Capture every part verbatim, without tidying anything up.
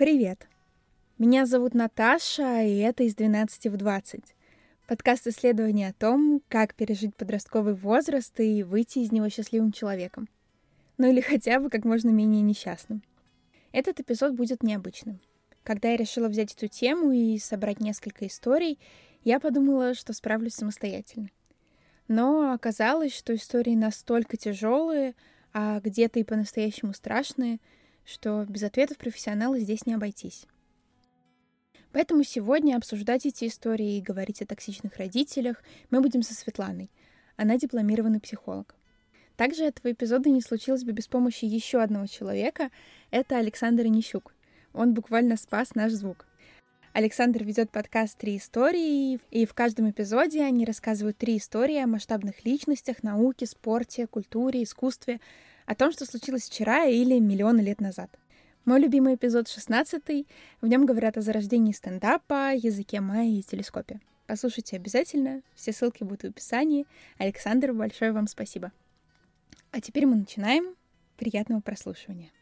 Привет! Меня зовут Наташа, и это «Из двенадцати в двадцать». Подкаст исследования о том, как пережить подростковый возраст и выйти из него счастливым человеком. Ну или хотя бы как можно менее несчастным. Этот эпизод будет необычным. Когда я решила взять эту тему и собрать несколько историй, я подумала, что справлюсь самостоятельно. Но оказалось, что истории настолько тяжелые, а где-то и по-настоящему страшные, что без ответов профессионала здесь не обойтись. Поэтому сегодня обсуждать эти истории и говорить о токсичных родителях мы будем со Светланой. Она дипломированный психолог. Также этого эпизода не случилось бы без помощи еще одного человека. Это Александр Онищук. Он буквально спас наш звук. Александр ведет подкаст «Три истории», и в каждом эпизоде они рассказывают три истории о масштабных личностях, науке, спорте, культуре, искусстве, о том, что случилось вчера или миллионы лет назад. Мой любимый эпизод шестнадцатый. В нем говорят о зарождении стендапа, языке майя и телескопе. Послушайте обязательно, все ссылки будут в описании. Александр, большое вам спасибо. А теперь мы начинаем. Приятного прослушивания.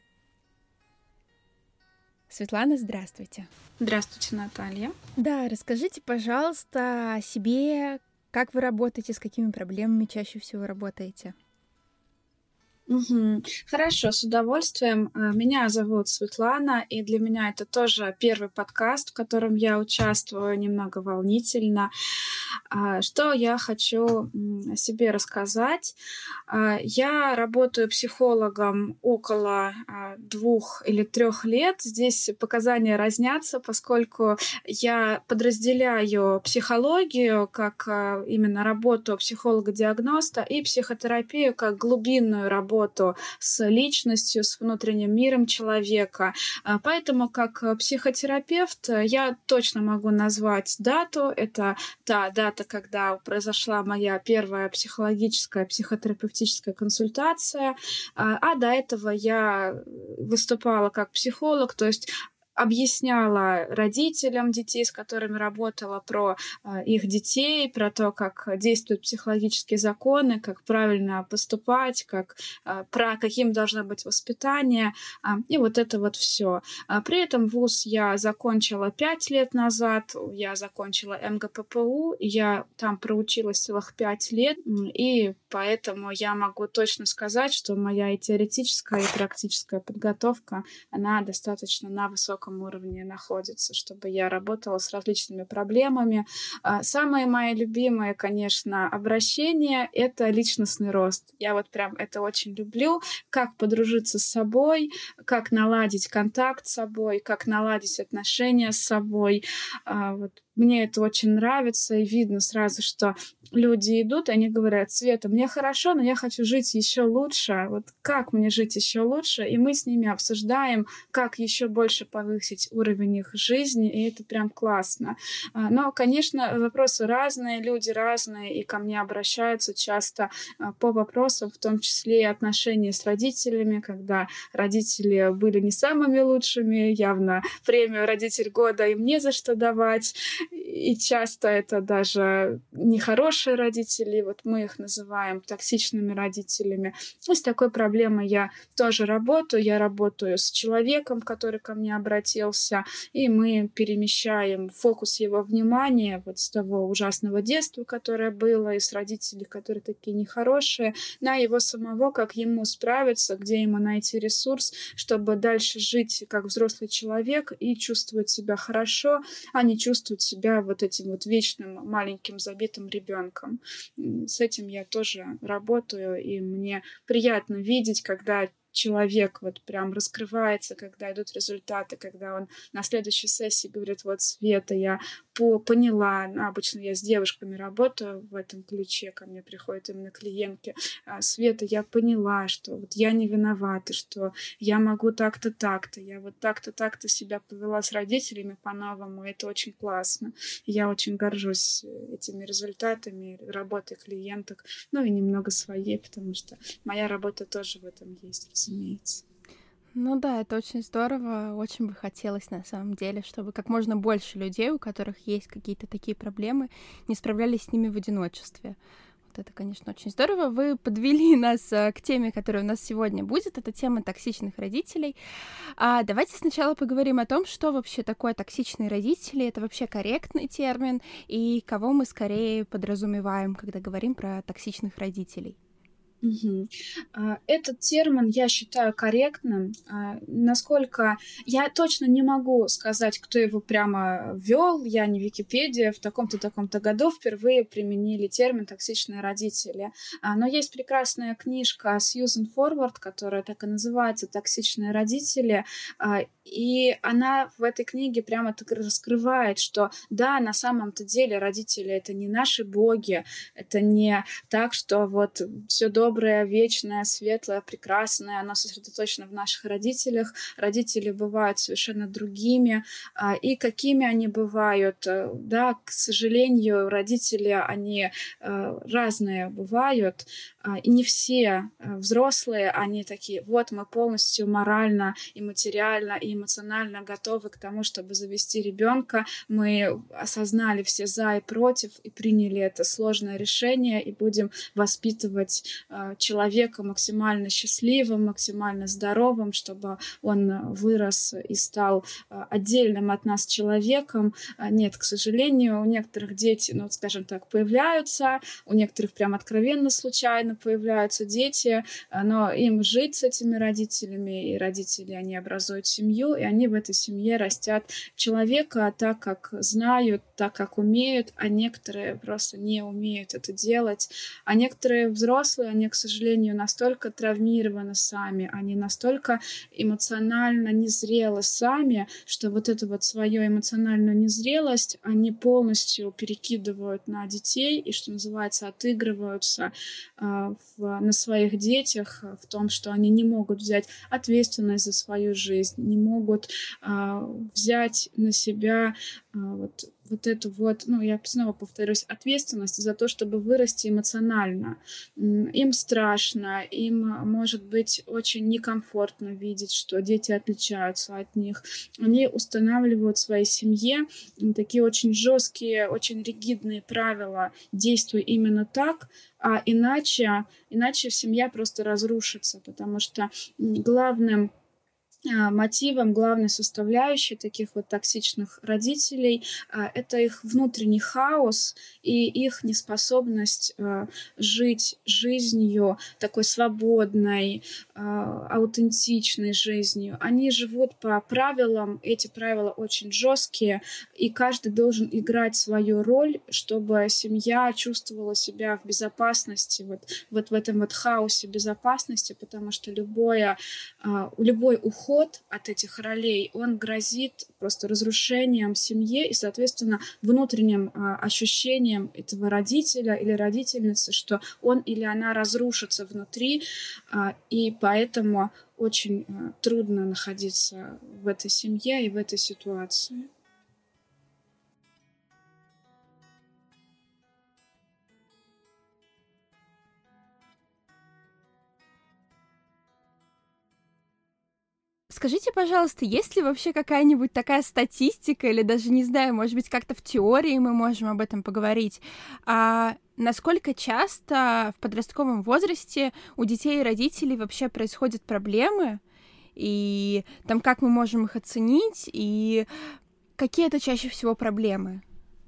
Светлана, здравствуйте. Здравствуйте, Наталья. Да, расскажите, пожалуйста, о себе, как вы работаете, с какими проблемами чаще всего работаете. Угу. Хорошо, с удовольствием. Меня зовут Светлана, и для меня это тоже первый подкаст, в котором я участвую, немного волнительно. Что я хочу о себе рассказать? Я работаю психологом около двух или трех лет. Здесь показания разнятся, поскольку я подразделяю психологию как именно работу психолога-диагноста и психотерапию как глубинную работу с личностью, с внутренним миром человека. Поэтому как психотерапевт я точно могу назвать дату. Это та дата, когда произошла моя первая психологическая, психотерапевтическая консультация. А до этого я выступала как психолог, то есть объясняла родителям детей, с которыми работала, про э, их детей, про то, как действуют психологические законы, как правильно поступать, как, э, про каким должно быть воспитание, э, и вот это вот все. А при этом вуз я закончила пять лет назад, я закончила эм гэ пэ пэ у, я там проучилась целых пять лет, и поэтому я могу точно сказать, что моя и теоретическая, и практическая подготовка, она достаточно на высоком уровне находится, чтобы я работала с различными проблемами. Самое мои любимые, конечно, обращения — это личностный рост. Я вот прям это очень люблю. Как подружиться с собой, как наладить контакт с собой, как наладить отношения с собой. Вот. Мне это очень нравится, и видно сразу, что люди идут, и они говорят: Света, мне хорошо, но я хочу жить еще лучше. Вот как мне жить еще лучше? И мы с ними обсуждаем, как еще больше повысить уровень их жизни, и это прям классно. Но, конечно, вопросы разные, люди разные, и ко мне обращаются часто по вопросам, в том числе и отношения с родителями, когда родители были не самыми лучшими, явно премию «Родитель года» им не за что давать. И часто это даже нехорошие родители, вот мы их называем токсичными родителями. И с такой проблемой я тоже работаю. Я работаю с человеком, который ко мне обратился, и мы перемещаем фокус его внимания вот с того ужасного детства, которое было, и с родителей, которые такие нехорошие, на его самого, как ему справиться, где ему найти ресурс, чтобы дальше жить как взрослый человек и чувствовать себя хорошо, а не чувствовать себя вот этим вот вечным маленьким забитым ребенком. С этим я тоже работаю, и мне приятно видеть, когда человек вот прям раскрывается, когда идут результаты, когда он на следующей сессии говорит: вот, Света, я по поняла, ну, обычно я с девушками работаю в этом ключе, ко мне приходят именно клиентки: Света, я поняла, что вот я не виновата, что я могу так-то, так-то, я вот так-то, так-то себя повела с родителями по-новому, это очень классно. Я очень горжусь этими результатами, работой клиенток, ну и немного своей, потому что моя работа тоже в этом есть, разумеется. Ну да, это очень здорово. Очень бы хотелось, на самом деле, чтобы как можно больше людей, у которых есть какие-то такие проблемы, не справлялись с ними в одиночестве. Вот это, конечно, очень здорово. Вы подвели нас а, к теме, которая у нас сегодня будет. Это тема токсичных родителей. А давайте сначала поговорим о том, что вообще такое токсичные родители. Это вообще корректный термин, и кого мы скорее подразумеваем, когда говорим про токсичных родителей. Мгм. А, Этот термин я считаю корректным. А, Насколько я точно не могу сказать, кто его прямо ввел, я не Википедия, в таком-то таком-то году впервые применили термин токсичные родители. А, Но есть прекрасная книжка Сьюзен Форвард, которая так и называется «Токсичные родители». А, И она в этой книге прямо так раскрывает, что да, на самом-то деле родители — это не наши боги, это не так, что вот все доброе, вечное, светлое, прекрасное, оно сосредоточено в наших родителях. Родители бывают совершенно другими. а, И какими они бывают, э, да, к сожалению, родители, они э, разные бывают. а, И не все э, взрослые, они такие: вот мы полностью морально и материально и эмоционально готовы к тому, чтобы завести ребенка. Мы осознали все за и против и приняли это сложное решение и будем воспитывать э, человека максимально счастливым, максимально здоровым, чтобы он вырос и стал э, отдельным от нас человеком. А Нет, к сожалению, у некоторых дети, ну, скажем так, появляются, у некоторых прям откровенно случайно появляются дети, э, но им жить с этими родителями, и родители, они образуют семью, и они в этой семье растят человека так, как знают, так, как умеют, а некоторые просто не умеют это делать. А некоторые взрослые, они, к сожалению, настолько травмированы сами, они настолько эмоционально незрелы сами, что вот эту вот свою эмоциональную незрелость они полностью перекидывают на детей и, что называется, отыгрываются э, в, на своих детях в том, что они не могут взять ответственность за свою жизнь, не могут э, взять на себя э, вот вот эту вот, ну, я снова повторюсь, ответственность за то, чтобы вырасти эмоционально. Им страшно, им может быть очень некомфортно видеть, что дети отличаются от них. Они устанавливают в своей семье такие очень жесткие, очень ригидные правила: действуй именно так, а иначе, иначе семья просто разрушится, потому что главным мотивом, главной составляющей таких вот токсичных родителей это их внутренний хаос и их неспособность жить жизнью такой свободной, аутентичной жизнью. Они живут по правилам, эти правила очень жесткие, и каждый должен играть свою роль, чтобы семья чувствовала себя в безопасности, вот, вот в этом вот хаосе безопасности, потому что любое, любой уход от этих ролей, он грозит просто разрушением семьи и, соответственно, внутренним а, ощущением этого родителя или родительницы, что он или она разрушится внутри, а, и поэтому очень а, трудно находиться в этой семье и в этой ситуации. Скажите, пожалуйста, есть ли вообще какая-нибудь такая статистика или даже, не знаю, может быть, как-то в теории мы можем об этом поговорить, а насколько часто в подростковом возрасте у детей и родителей вообще происходят проблемы, и там как мы можем их оценить, и какие это чаще всего проблемы?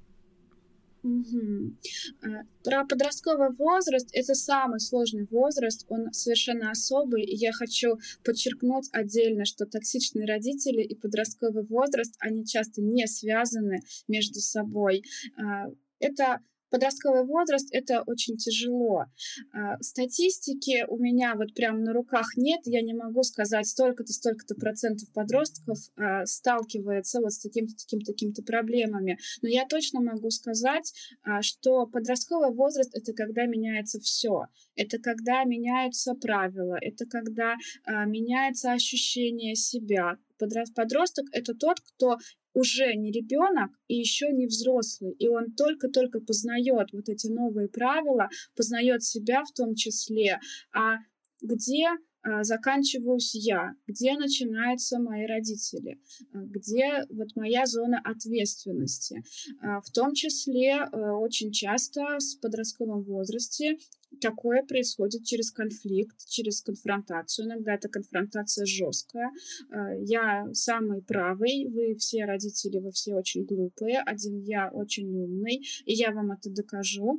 Угу. Про подростковый возраст — это самый сложный возраст, он совершенно особый, и я хочу подчеркнуть отдельно, что токсичные родители и подростковый возраст, они часто не связаны между собой. Это Подростковый возраст — это очень тяжело. Статистики у меня вот прям на руках нет, я не могу сказать, столько-то, столько-то процентов подростков сталкивается вот с таким-то, таким-то, таким-то проблемами. Но я точно могу сказать, что подростковый возраст — это когда меняется все. Это когда меняются правила, это когда меняется ощущение себя. Подросток — это тот, кто уже не ребенок и еще не взрослый, и он только-только познает вот эти новые правила, познает себя в том числе, а где заканчиваюсь я, где начинаются мои родители, где вот моя зона ответственности. В том числе очень часто в подростковом возрасте такое происходит через конфликт, через конфронтацию. Иногда эта конфронтация жесткая. Я самый правый, вы все родители, вы все очень глупые, один я очень умный, и я вам это докажу.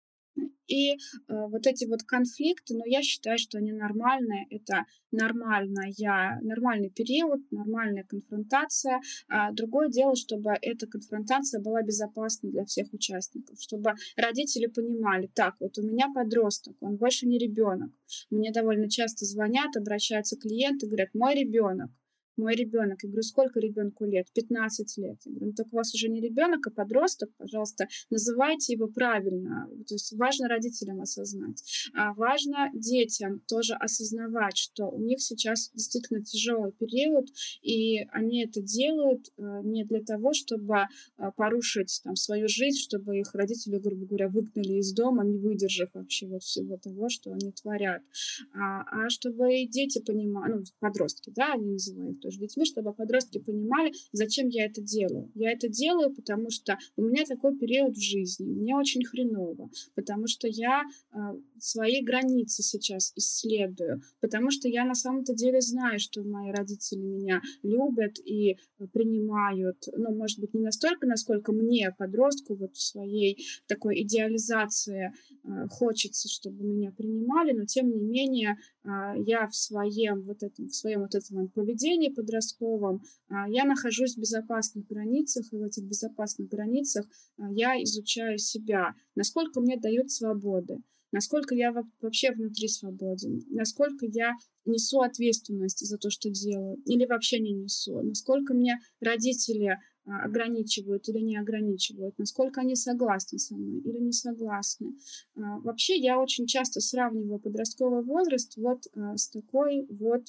И э, вот эти вот конфликты, но я считаю, что они нормальные. Это нормальная, нормальный период, нормальная конфронтация. А другое дело, чтобы эта конфронтация была безопасной для всех участников, чтобы родители понимали, так, вот у меня подросток, он больше не ребенок. Мне довольно часто звонят, обращаются клиенты, говорят, мой ребенок. Мой ребенок. Я говорю, сколько ребенку лет? пятнадцать лет. Я говорю, ну так у вас уже не ребенок, а подросток, пожалуйста, называйте его правильно. То есть важно родителям осознать. А важно детям тоже осознавать, что у них сейчас действительно тяжелый период, и они это делают не для того, чтобы порушить там свою жизнь, чтобы их родители, грубо говоря, выгнали из дома, не выдержав вообще вот всего того, что они творят. А, а чтобы и дети понимали, ну, подростки, да, они называют тоже детьми, чтобы подростки понимали, зачем я это делаю. Я это делаю, потому что у меня такой период в жизни, мне очень хреново, потому что я э, свои границы сейчас исследую, потому что я на самом-то деле знаю, что мои родители меня любят и принимают, ну, может быть, не настолько, насколько мне, подростку, вот в своей такой идеализации э, хочется, чтобы меня принимали, но тем не менее э, я в своем вот этом, в своем вот этом поведении подростковом, я нахожусь в безопасных границах, и в этих безопасных границах я изучаю себя, насколько мне дают свободы, насколько я вообще внутри свободен, насколько я несу ответственность за то, что делаю, или вообще не несу, насколько мне родители ограничивают или не ограничивают, насколько они согласны со мной или не согласны. Вообще я очень часто сравниваю подростковый возраст вот с такой вот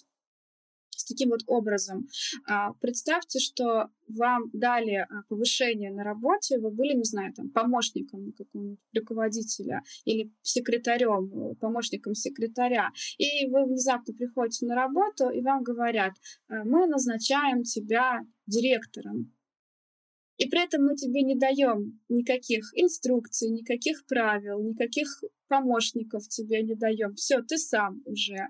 с таким вот образом. Представьте, что вам дали повышение на работе, вы были, не знаю, там, помощником какого-нибудь руководителя или секретарем, помощником секретаря, и вы внезапно приходите на работу, и вам говорят, мы назначаем тебя директором. И при этом мы тебе не даем никаких инструкций, никаких правил, никаких помощников тебе не даем. Все, ты сам уже.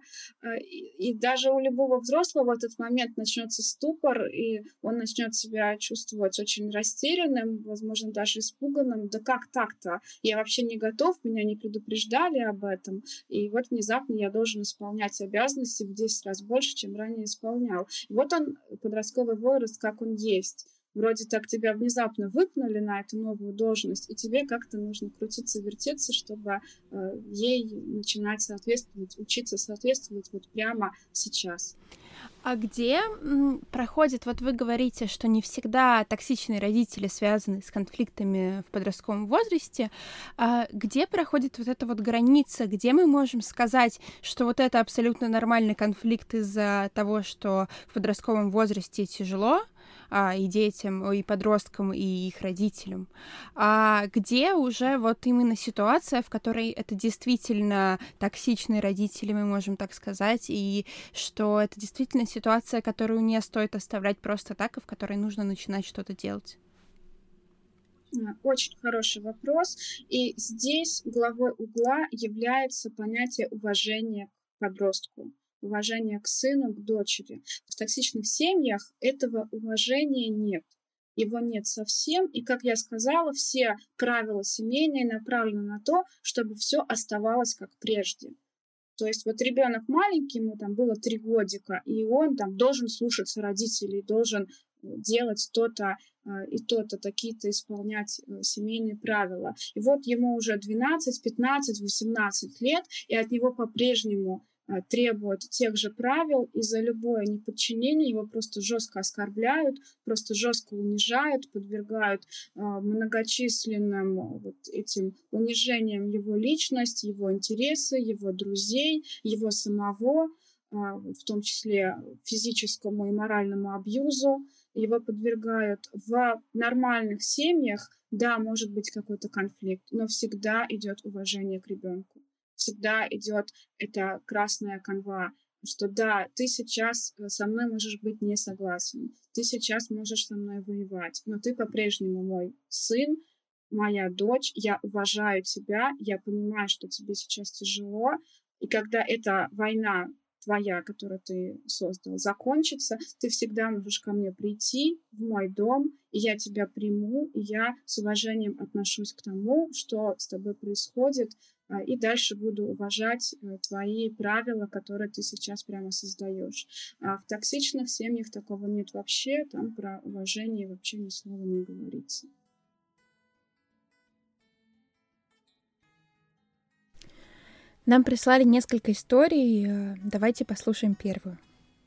И даже у любого взрослого в этот момент начнется ступор, и он начнет себя чувствовать очень растерянным, возможно, даже испуганным. Да как так-то? Я вообще не готов, меня не предупреждали об этом. И вот внезапно я должен исполнять обязанности в десять раз больше, чем ранее исполнял. И вот он, подростковый возраст, как он есть. Вроде так тебя внезапно выпнули на эту новую должность, и тебе как-то нужно крутиться, вертеться, чтобы э, ей начинать соответствовать, учиться соответствовать вот прямо сейчас. А где м, проходит, вот вы говорите, что не всегда токсичные родители связаны с конфликтами в подростковом возрасте, а где проходит вот эта вот граница, где мы можем сказать, что вот это абсолютно нормальный конфликт из-за того, что в подростковом возрасте тяжело, а, и детям, и подросткам, и их родителям, а где уже вот именно ситуация, в которой это действительно токсичные родители, мы можем так сказать, и что это действительно ситуация, которую не стоит оставлять просто так, и в которой нужно начинать что-то делать? Очень хороший вопрос. И здесь главой угла является понятие уважения к подростку, уважение к сыну, к дочери. В токсичных семьях этого уважения нет. Его нет совсем. И, как я сказала, все правила семейные направлены на то, чтобы все оставалось как прежде. То есть вот ребенок маленький, ему там было три годика, и он там должен слушаться родителей, должен делать то-то и то-то, такие-то исполнять семейные правила. И вот ему уже двенадцать, пятнадцать, восемнадцать лет, и от него по-прежнему требуют тех же правил, и за любое неподчинение его просто жестко оскорбляют, просто жестко унижают, подвергают многочисленным вот этим унижениям его личности, его интересы, его друзей, его самого, в том числе физическому и моральному абьюзу. Его подвергают. В нормальных семьях, да, может быть какой-то конфликт, но всегда идет уважение к ребенку. Всегда идет эта красная канва. что да, ты сейчас э, со мной можешь быть не согласен, ты сейчас можешь со мной воевать, но ты по-прежнему мой сын, моя дочь, я уважаю тебя, я понимаю, что тебе сейчас тяжело, и когда эта война твоя, которую ты создал, закончится, ты всегда можешь ко мне прийти в мой дом, и я тебя приму, и я с уважением отношусь к тому, что с тобой происходит, а, и дальше буду уважать э, твои правила, которые ты сейчас прямо создаешь. А в токсичных семьях такого нет вообще, там про уважение вообще ни слова не говорится. Нам прислали несколько историй. э, Давайте послушаем первую.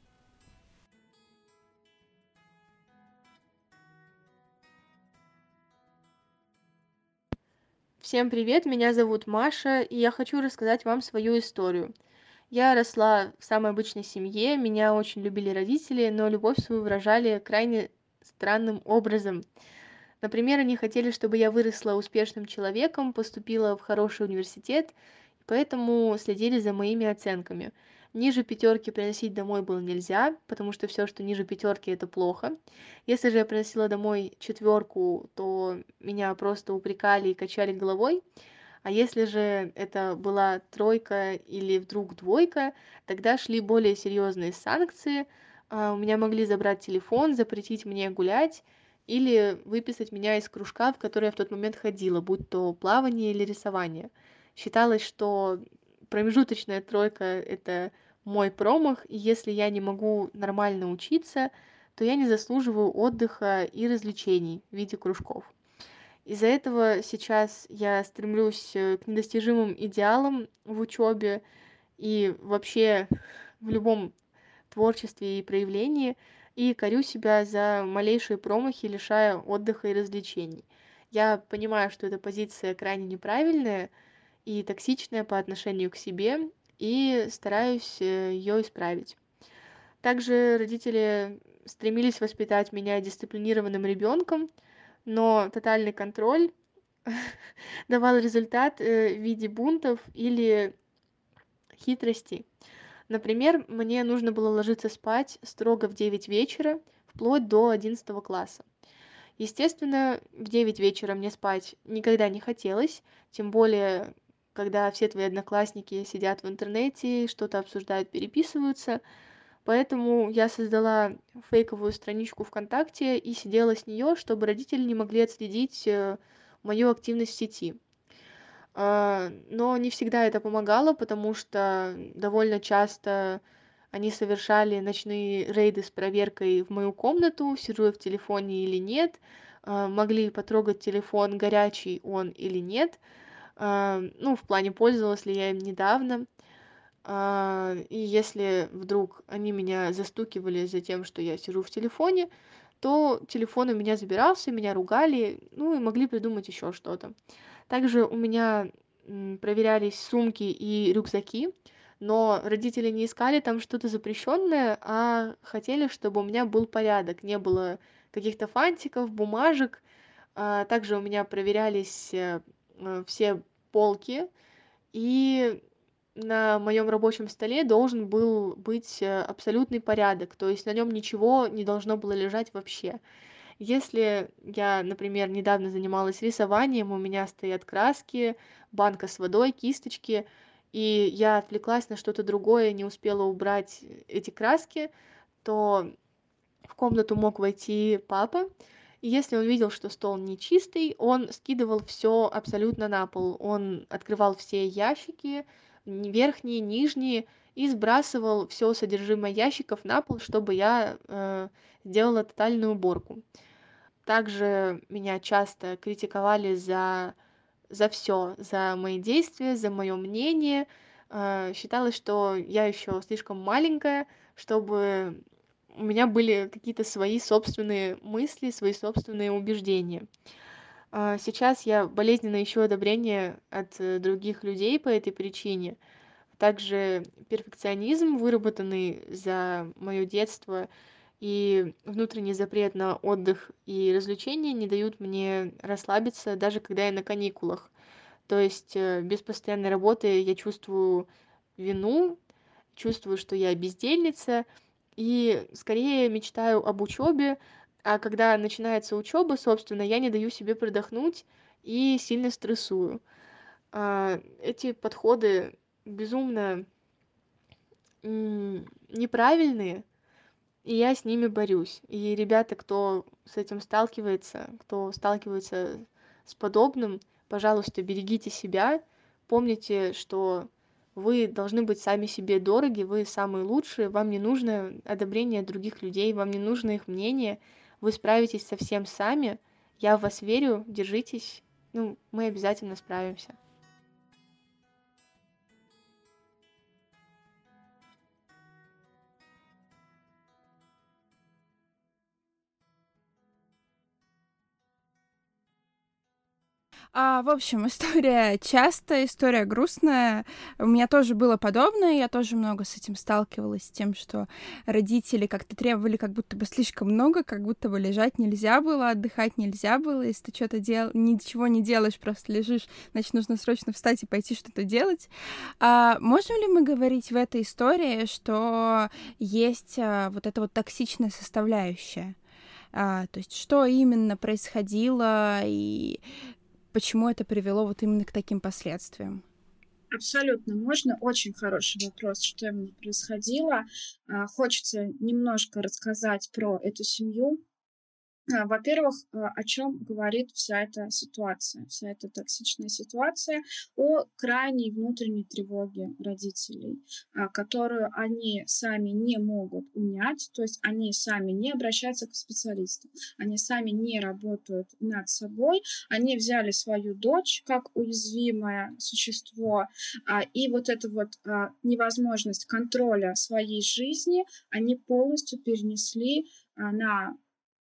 Всем привет, меня зовут Маша, и я хочу рассказать вам свою историю. Я росла в самой обычной семье, меня очень любили родители, но любовь свою выражали крайне странным образом. Например, они хотели, чтобы я выросла успешным человеком, поступила в хороший университет, поэтому следили за моими оценками. Ниже пятерки приносить домой было нельзя, потому что все, что ниже пятерки, это плохо. Если же я приносила домой четверку, то меня просто упрекали и качали головой. А если же это была тройка или вдруг двойка, тогда шли более серьезные санкции. А, У меня могли забрать телефон, запретить мне гулять или выписать меня из кружка, в который я в тот момент ходила, будь то плавание или рисование. Считалось, что промежуточная тройка — это мой промах, и если я не могу нормально учиться, то я не заслуживаю отдыха и развлечений в виде кружков. Из-за этого сейчас я стремлюсь э, к недостижимым идеалам в учебе и вообще в любом творчестве и проявлении, и корю себя за малейшие промахи, лишая отдыха и развлечений. Я понимаю, что эта позиция крайне неправильная и токсичная по отношению к себе, и стараюсь э, ее исправить. Также родители стремились воспитать меня дисциплинированным ребенком, но тотальный контроль давал результат э, в виде бунтов или хитростей. Например, мне нужно было ложиться спать строго в девять вечера, вплоть до одиннадцатого класса. Естественно, в девять вечера мне спать никогда не хотелось, тем более, когда все твои одноклассники сидят в интернете, что-то обсуждают, переписываются. Поэтому я создала фейковую страничку ВКонтакте и сидела с нее, чтобы родители не могли отследить э, мою активность в сети. А, но не всегда это помогало, потому что довольно часто они совершали ночные рейды с проверкой в мою комнату, сижу я в телефоне или нет, а, могли потрогать телефон, горячий он или нет, а, ну, в плане, пользовалась ли я им недавно. А, и если вдруг они меня застукивали за тем, что я сижу в телефоне, то телефон у меня забирался, меня ругали, ну и могли придумать еще что-то. Также у меня м, проверялись сумки и рюкзаки, но родители не искали там что-то запрещенное, а хотели, чтобы у меня был порядок, не было каких-то фантиков, бумажек. А также у меня проверялись э, э, все полки, и на моем рабочем столе должен был быть э, абсолютный порядок, то есть на нем ничего не должно было лежать вообще. Если я, например, недавно занималась рисованием, у меня стоят краски, банка с водой, кисточки, и я отвлеклась на что-то другое, не успела убрать эти краски, то в комнату мог войти папа, и если он видел, что стол нечистый, он скидывал все абсолютно на пол. Он открывал все ящики, н- верхние, нижние, и сбрасывал все содержимое ящиков на пол, чтобы я э, сделала тотальную уборку. Также меня часто критиковали за за все, за мои действия, за мое мнение. Э, считалось, что я еще слишком маленькая, чтобы у меня были какие-то свои собственные мысли, свои собственные убеждения. А, сейчас я болезненно ищу одобрение от э, других людей по этой причине. Также перфекционизм, выработанный за мое детство, и внутренний запрет на отдых и развлечения не дают мне расслабиться, даже когда я на каникулах. То есть э, без постоянной работы я чувствую вину, чувствую, что я бездельница, и скорее мечтаю об учебе, а когда начинается учеба, собственно, я не даю себе продохнуть и сильно стрессую. А, эти подходы безумно м, неправильные, и я с ними борюсь. И ребята, кто с этим сталкивается, кто сталкивается с подобным, пожалуйста, берегите себя, помните, что вы должны быть сами себе дороги, вы самые лучшие, вам не нужно одобрение других людей, вам не нужно их мнение, вы справитесь со всем сами, я в вас верю, держитесь, ну, мы обязательно справимся. А, в общем, история частая, история грустная. У меня тоже было подобное, я тоже много с этим сталкивалась, с тем, что родители как-то требовали как будто бы слишком много, как будто бы лежать нельзя было, отдыхать нельзя было. Если ты что-то дел... ничего не делаешь, просто лежишь, значит, нужно срочно встать и пойти что-то делать. А можем ли мы говорить в этой истории, что есть а, вот эта вот токсичная составляющая? А, то есть что именно происходило и почему это привело вот именно к таким последствиям? Абсолютно можно. Очень хороший вопрос, что именно происходило. А, Хочется немножко рассказать про эту семью. А, Во-первых, а, о чем говорит вся эта ситуация, вся эта токсичная ситуация, о крайней внутренней тревоге родителей, а, которую они сами не могут унять, то есть они сами не обращаются к специалистам, они сами не работают над собой, они взяли свою дочь как уязвимое существо, а, и вот эту вот а, невозможность контроля своей жизни они полностью перенесли а, на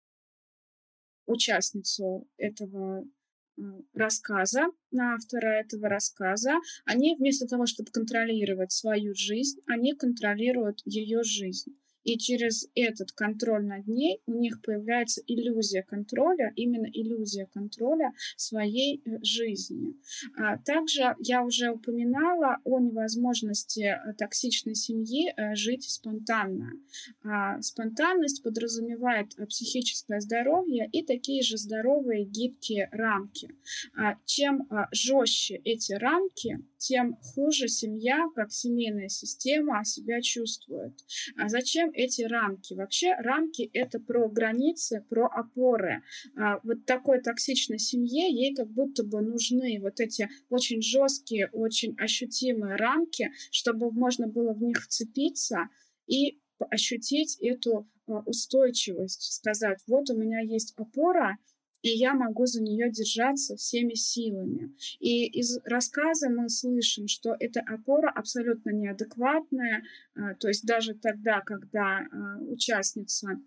участницу этого э, рассказа, на автора этого рассказа. Они вместо того, чтобы контролировать свою жизнь, они контролируют ее жизнь. И через этот контроль над ней у них появляется иллюзия контроля, именно иллюзия контроля своей э, жизни. А Также я уже упоминала о невозможности э, токсичной семьи э, жить спонтанно. А, Спонтанность подразумевает э, психическое здоровье и такие же здоровые гибкие рамки. А, Чем а, жестче эти рамки, тем хуже семья, как семейная система, себя чувствует. А зачем эти рамки? Вообще рамки — это про границы, про опоры. А, Вот такой токсичной семье ей как будто бы нужны вот эти очень жесткие, очень ощутимые рамки, чтобы можно было в них вцепиться и ощутить эту а, устойчивость, сказать, вот у меня есть опора, и я могу за нее держаться всеми силами. И из рассказа мы слышим, что эта опора абсолютно неадекватная, а, то есть даже тогда, когда а, участница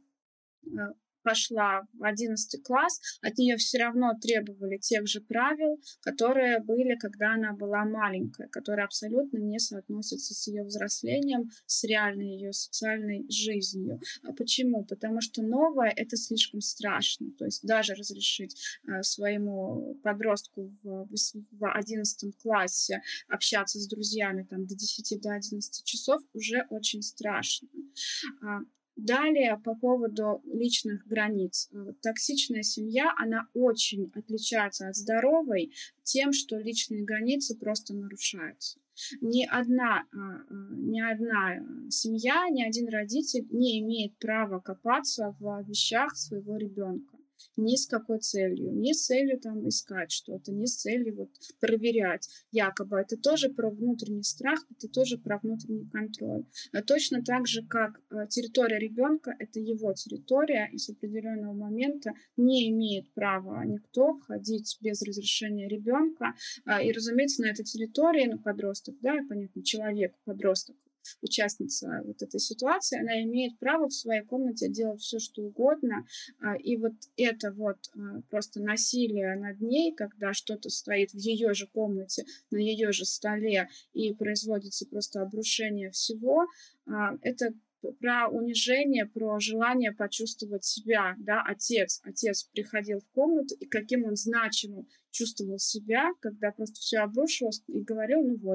а, пошла в одиннадцатый класс, от нее все равно требовали тех же правил, которые были, когда она была маленькая, которые абсолютно не соотносятся с ее взрослением, с реальной ее социальной жизнью. А Почему? Потому что новое — это слишком страшно. То есть даже разрешить а, своему подростку в, в одиннадцатом классе общаться с друзьями там, до десяти до одиннадцати часов уже очень страшно. А, Далее, по поводу личных границ. Токсичная семья, она очень отличается от здоровой тем, что личные границы просто нарушаются. Ни одна, ни одна семья, ни один родитель не имеет права копаться в вещах своего ребенка. Ни с какой целью. Ни с целью там искать что-то, ни с целью вот проверять якобы. Это тоже про внутренний страх, это тоже про внутренний контроль. А точно так же, как территория ребенка — это его территория, и с определенного момента не имеет права никто входить без разрешения ребенка. И, разумеется, на этой территории, ну, подросток, да, понятно, человек, подросток, участница вот этой ситуации, она имеет право в своей комнате делать все, что угодно. И вот это вот просто насилие над ней, когда что-то стоит в ее же комнате, на ее же столе, и производится просто обрушение всего, это про унижение, про желание почувствовать себя, да, отец. Отец приходил в комнату, и каким он значимым чувствовал себя, когда просто все обрушилось, и говорил, ну вот,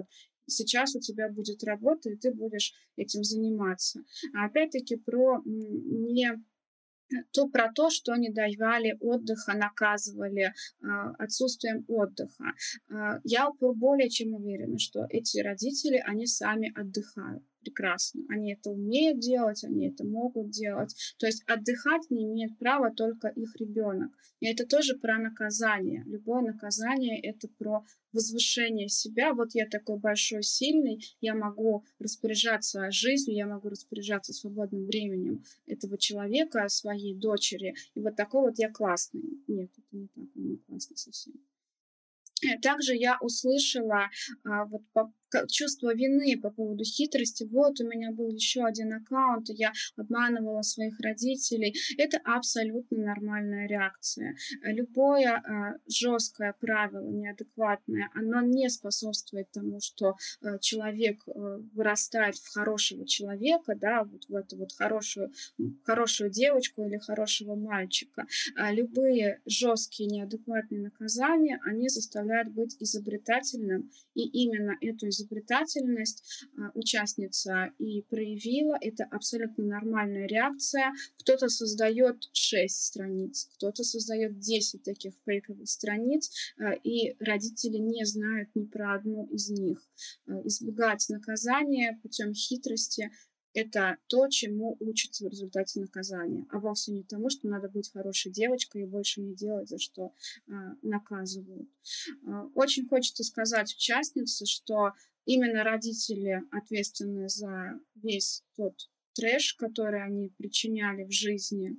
сейчас у тебя будет работа, и ты будешь этим заниматься. А опять-таки про не то про то, что не давали отдыха, наказывали а, отсутствием отдыха. А, я более чем уверена, что эти родители, они сами отдыхают прекрасно. Они это умеют делать, они это могут делать. То есть отдыхать не имеет права только их ребенок. И это тоже про наказание. Любое наказание — это про возвышение себя. Вот я такой большой, сильный, я могу распоряжаться жизнью, я могу распоряжаться свободным временем этого человека, своей дочери. И вот такой вот я классный. Нет, это не так, он не классный совсем. Также я услышала а, вот по, чувство вины по поводу хитрости. Вот у меня был еще один аккаунт, и я обманывала своих родителей. Это абсолютно нормальная реакция. Любое а, жесткое правило, неадекватное, оно не способствует тому, что а, человек а, вырастает в хорошего человека, да, вот в эту вот хорошую, хорошую девочку или хорошего мальчика. А, любые жесткие неадекватные наказания, они заставляют быть изобретательным, и именно эту изобретательность а, участница и проявила. Это абсолютно нормальная реакция. Кто-то создает шесть страниц, кто-то создает десять таких фейковых страниц, а, и родители не знают ни про одну из них. А, избегать наказания путем хитрости — это то, чему учатся в результате наказания, а вовсе не тому, что надо быть хорошей девочкой и больше не делать, за что а, наказывают. А, очень хочется сказать участнице, что именно родители ответственны за весь тот трэш, который они причиняли в жизни.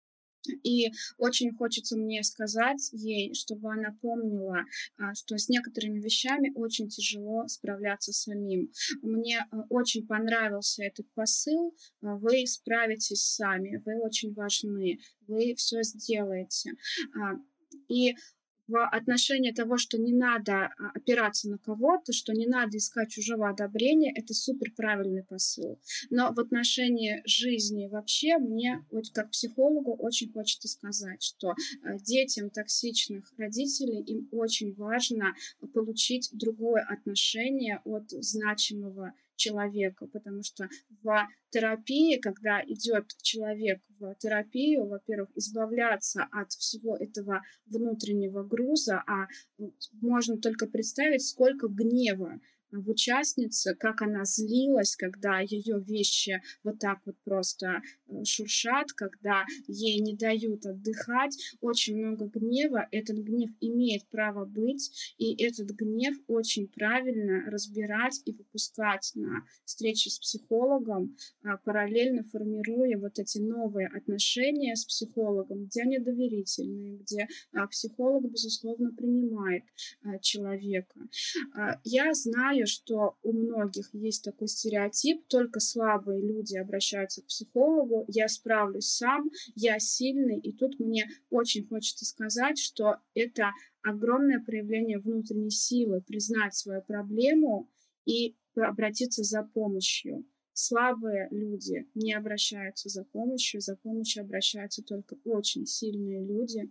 И очень хочется мне сказать ей, чтобы она помнила, что с некоторыми вещами очень тяжело справляться самим. Мне очень понравился этот посыл. Вы справитесь сами, вы очень важны, вы все сделаете. И в отношении того, что не надо опираться на кого-то, что не надо искать чужого одобрения, это супер правильный посыл. Но в отношении жизни вообще мне, вот как психологу, очень хочется сказать, что детям токсичных родителей им очень важно получить другое отношение от значимого человека, потому что в терапии, когда идет человек в терапию, во-первых, избавляться от всего этого внутреннего груза, а можно только представить, сколько гнева в участнице, как она злилась, когда ее вещи вот так вот просто шуршат, когда ей не дают отдыхать. Очень много гнева. Этот гнев имеет право быть, и этот гнев очень правильно разбирать и выпускать на встречи с психологом, параллельно формируя вот эти новые отношения с психологом, где они доверительные, где психолог, безусловно, принимает человека. Я знаю, что у многих есть такой стереотип, только слабые люди обращаются к психологу, я справлюсь сам, я сильный, и тут мне очень хочется сказать, что это огромное проявление внутренней силы, признать свою проблему и обратиться за помощью. Слабые люди не обращаются за помощью, за помощью обращаются только очень сильные люди.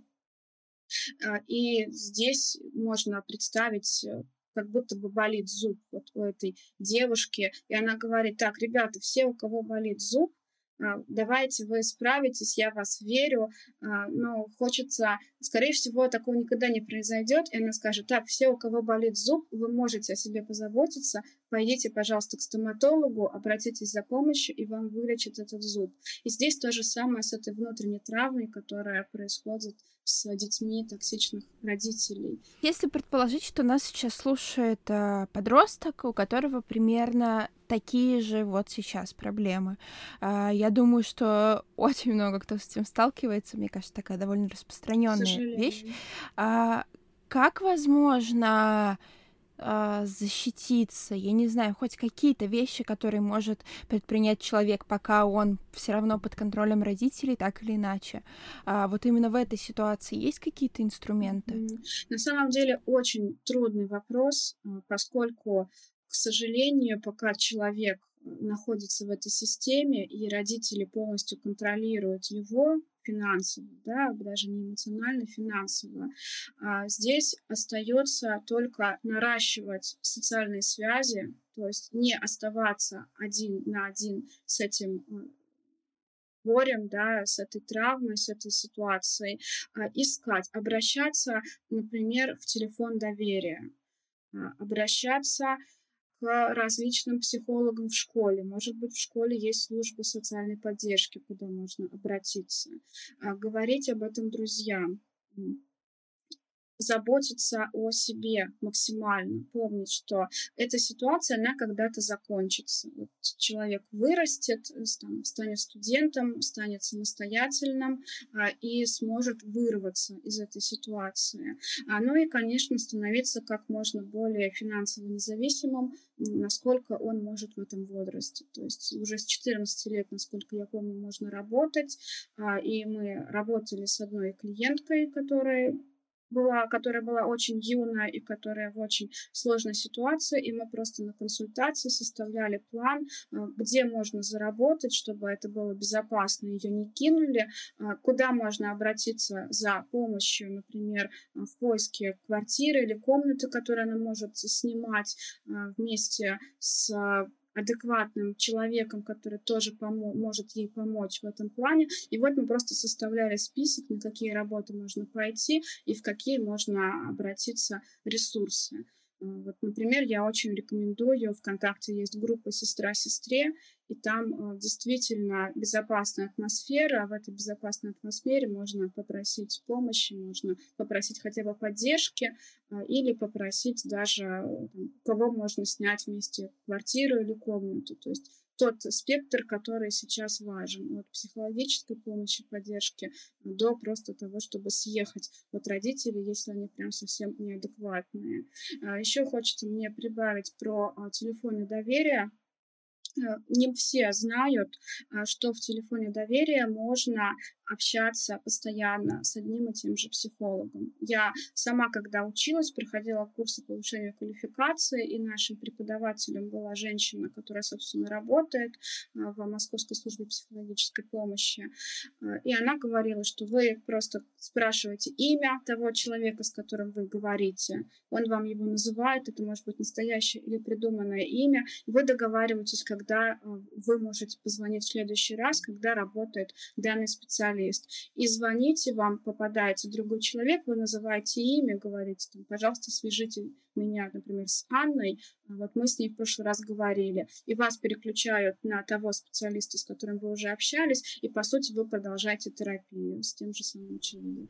И здесь можно представить, как будто бы болит зуб вот у этой девушки, и она говорит: так, ребята, все, у кого болит зуб, давайте вы справитесь, я вас верю, но хочется, скорее всего, такого никогда не произойдет, и она скажет: так, все, у кого болит зуб, вы можете о себе позаботиться, пойдите, пожалуйста, к стоматологу, обратитесь за помощью, и вам вылечат этот зуб. И здесь то же самое с этой внутренней травмой, которая происходит с детьми токсичных родителей. Если предположить, что нас сейчас слушает э, подросток, у которого примерно такие же вот сейчас проблемы, э, я думаю, что очень много кто с этим сталкивается. Мне кажется, такая довольно распространенная вещь. А, как возможно защититься, я не знаю, хоть какие-то вещи, которые может предпринять человек, пока он все равно под контролем родителей, так или иначе. А вот именно в этой ситуации есть какие-то инструменты? На самом деле очень трудный вопрос, поскольку, к сожалению, пока человек находится в этой системе, и родители полностью контролируют его финансово, да, даже не эмоционально, финансово, а здесь остается только наращивать социальные связи, то есть не оставаться один на один с этим горем, да, с этой травмой, с этой ситуацией, а, искать, обращаться, например, в телефон доверия, а, обращаться к различным психологам в школе. Может быть, в школе есть служба социальной поддержки, куда можно обратиться. А, говорить об этом друзьям. Заботиться о себе максимально, помнить, что эта ситуация, она когда-то закончится. Вот человек вырастет, там, станет студентом, станет самостоятельным а, и сможет вырваться из этой ситуации. А, ну и, конечно, становиться как можно более финансово независимым, насколько он может в этом возрасте. То есть уже с четырнадцати лет, насколько я помню, можно работать. А, и мы работали с одной клиенткой, которая была, которая была очень юная и которая в очень сложной ситуации, и мы просто на консультации составляли план, где можно заработать, чтобы это было безопасно, ее не кинули, куда можно обратиться за помощью, например, в поиске квартиры или комнаты, которую она может снимать вместе с адекватным человеком, который тоже помо- может ей помочь в этом плане. И вот мы просто составляли список, на какие работы можно пойти и в какие можно обратиться ресурсы. Вот, например, я очень рекомендую, ВКонтакте есть группа «Сестра сестре», и там действительно безопасная атмосфера. В этой безопасной атмосфере можно попросить помощи, можно попросить хотя бы поддержки или попросить даже, там, кого можно снять вместе квартиру или комнату. То есть тот спектр, который сейчас важен, от психологической помощи, поддержки до просто того, чтобы съехать от родителей, если они прям совсем неадекватные. Еще хочется мне прибавить про телефоны доверия. Не все знают, что в телефоне доверия можно общаться постоянно с одним и тем же психологом. Я сама, когда училась, проходила курсы повышения квалификации, и нашим преподавателем была женщина, которая, собственно, работает в Московской службе психологической помощи. И она говорила, что вы просто спрашиваете имя того человека, с которым вы говорите, он вам его называет, это может быть настоящее или придуманное имя, и вы договариваетесь, когда вы можете позвонить в следующий раз, когда работает данный специалист. И звоните, вам попадается другой человек, вы называете имя, говорите, там, пожалуйста, свяжите меня, например, с Анной, вот мы с ней в прошлый раз говорили, и вас переключают на того специалиста, с которым вы уже общались, и, по сути, вы продолжаете терапию с тем же самым человеком.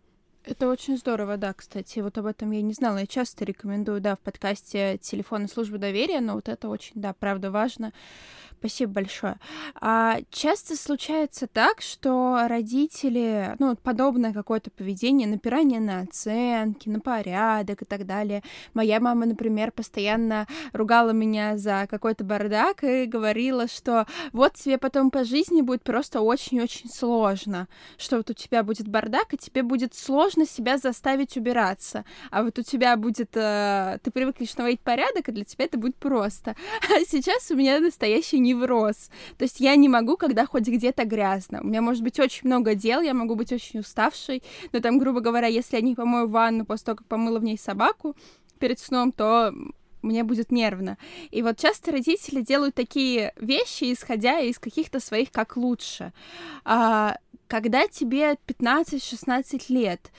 Это очень здорово, да, кстати, вот об этом я не знала. Я часто рекомендую, да, в подкасте телефоны службы доверия, но вот это очень, да, правда важно. Спасибо большое. А часто случается так, что родители, ну, подобное какое-то поведение, напирание на оценки, на порядок и так далее. Моя мама, например, постоянно ругала меня за какой-то бардак и говорила, что вот тебе потом по жизни будет просто очень-очень сложно, что вот у тебя будет бардак, и тебе будет сложно себя заставить убираться, а вот у тебя будет... Э, ты привыкнешь наводить порядок, и для тебя это будет просто. А сейчас у меня настоящий невроз. То есть я не могу, когда хоть где-то грязно. У меня может быть очень много дел, я могу быть очень уставшей, но там, грубо говоря, если я не помою ванну после того, как помыла в ней собаку перед сном, то мне будет нервно. И вот часто родители делают такие вещи, исходя из каких-то своих как лучше. А, когда тебе пятнадцать-шестнадцать лет,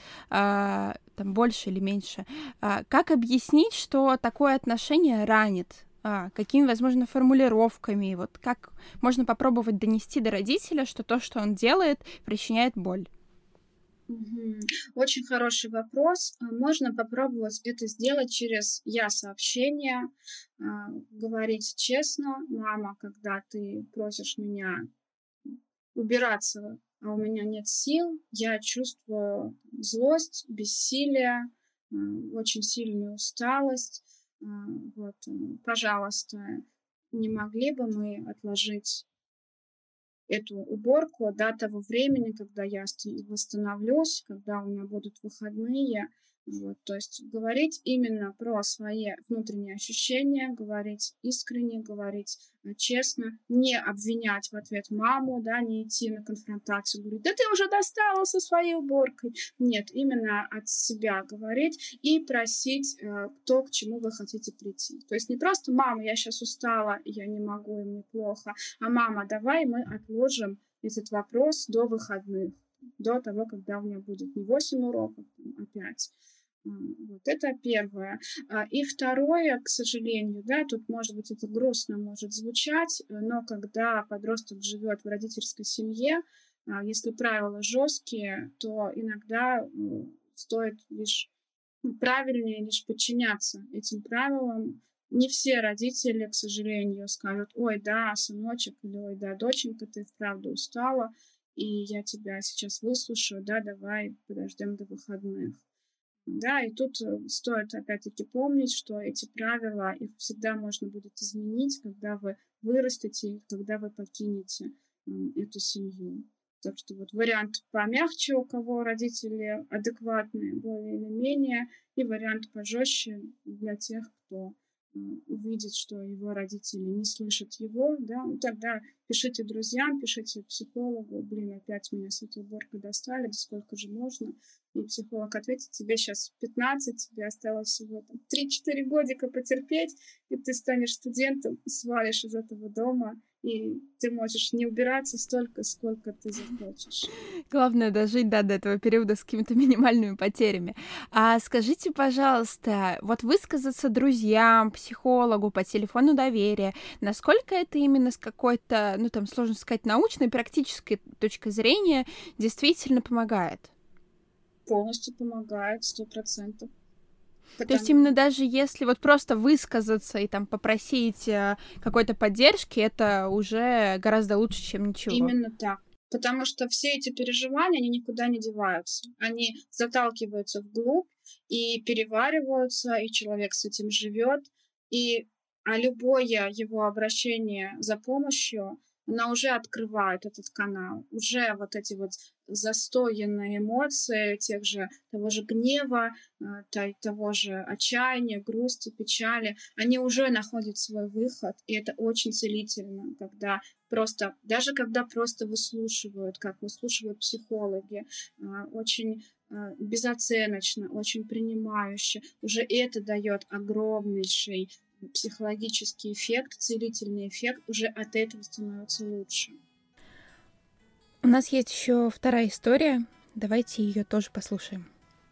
а, там больше или меньше, а, как объяснить, что такое отношение ранит? А, какими, возможно, формулировками? Вот как можно попробовать донести до родителя, что то, что он делает, причиняет боль? Очень хороший вопрос. Можно попробовать это сделать через я-сообщение, говорить честно: мама, когда ты просишь меня убираться, а у меня нет сил, я чувствую злость, бессилие, очень сильную усталость. Вот, пожалуйста, не могли бы мы отложить эту уборку до того времени, когда я восстановлюсь, когда у меня будут выходные. Вот, то есть говорить именно про свои внутренние ощущения, говорить искренне, говорить э, честно, не обвинять в ответ маму, да, не идти на конфронтацию, говорить, да ты уже достала со своей уборкой. Нет, именно от себя говорить и просить э, то, к чему вы хотите прийти. То есть не просто «мама, я сейчас устала, я не могу, и мне плохо», а «мама, давай мы отложим этот вопрос до выходных, до того, когда у меня будет не восемь уроков, а пять. Вот это первое. И второе, к сожалению, да, тут, может быть, это грустно может звучать, но когда подросток живет в родительской семье, если правила жесткие, то иногда стоит лишь правильнее лишь подчиняться этим правилам. Не все родители, к сожалению, скажут: ой, да, сыночек, или ой, да, доченька, ты вправду устала, и я тебя сейчас выслушаю, да, давай подождем до выходных. Да, и тут стоит опять-таки помнить, что эти правила, их всегда можно будет изменить, когда вы вырастете, когда вы покинете эту семью. Так что вот вариант помягче, у кого родители адекватные, более или менее, и вариант пожестче для тех, кто увидит, что его родители не слышат его, да, ну, тогда пишите друзьям, пишите психологу: блин, опять меня с этой уборкой достали, да сколько же можно? И психолог ответит: тебе сейчас пятнадцать, тебе осталось всего три-четыре годика потерпеть, и ты станешь студентом, свалишь из этого дома, и ты можешь не убираться столько, сколько ты захочешь. Главное дожить, да, до этого периода с какими-то минимальными потерями. А скажите, пожалуйста, вот высказаться друзьям, психологу по телефону доверия, насколько это именно с какой-то, ну там, сложно сказать, научной, практической точки зрения действительно помогает? Полностью помогает, сто процентов. Потому... То есть именно даже если вот просто высказаться и там попросить какой-то поддержки, это уже гораздо лучше, чем ничего. Именно так. Потому что все эти переживания, они никуда не деваются. Они заталкиваются вглубь и перевариваются, и человек с этим живет. И а любое его обращение за помощью, она уже открывает этот канал. Уже вот эти вот застоянные эмоции тех же, того же гнева, того же отчаяния, грусти, печали, они уже находят свой выход, и это очень целительно, когда просто, даже когда просто выслушивают, как выслушивают психологи, очень безоценочно, очень принимающе, уже это дает огромнейший психологический эффект, целительный эффект, уже от этого становится лучше. У нас есть еще вторая история. Давайте ее тоже послушаем.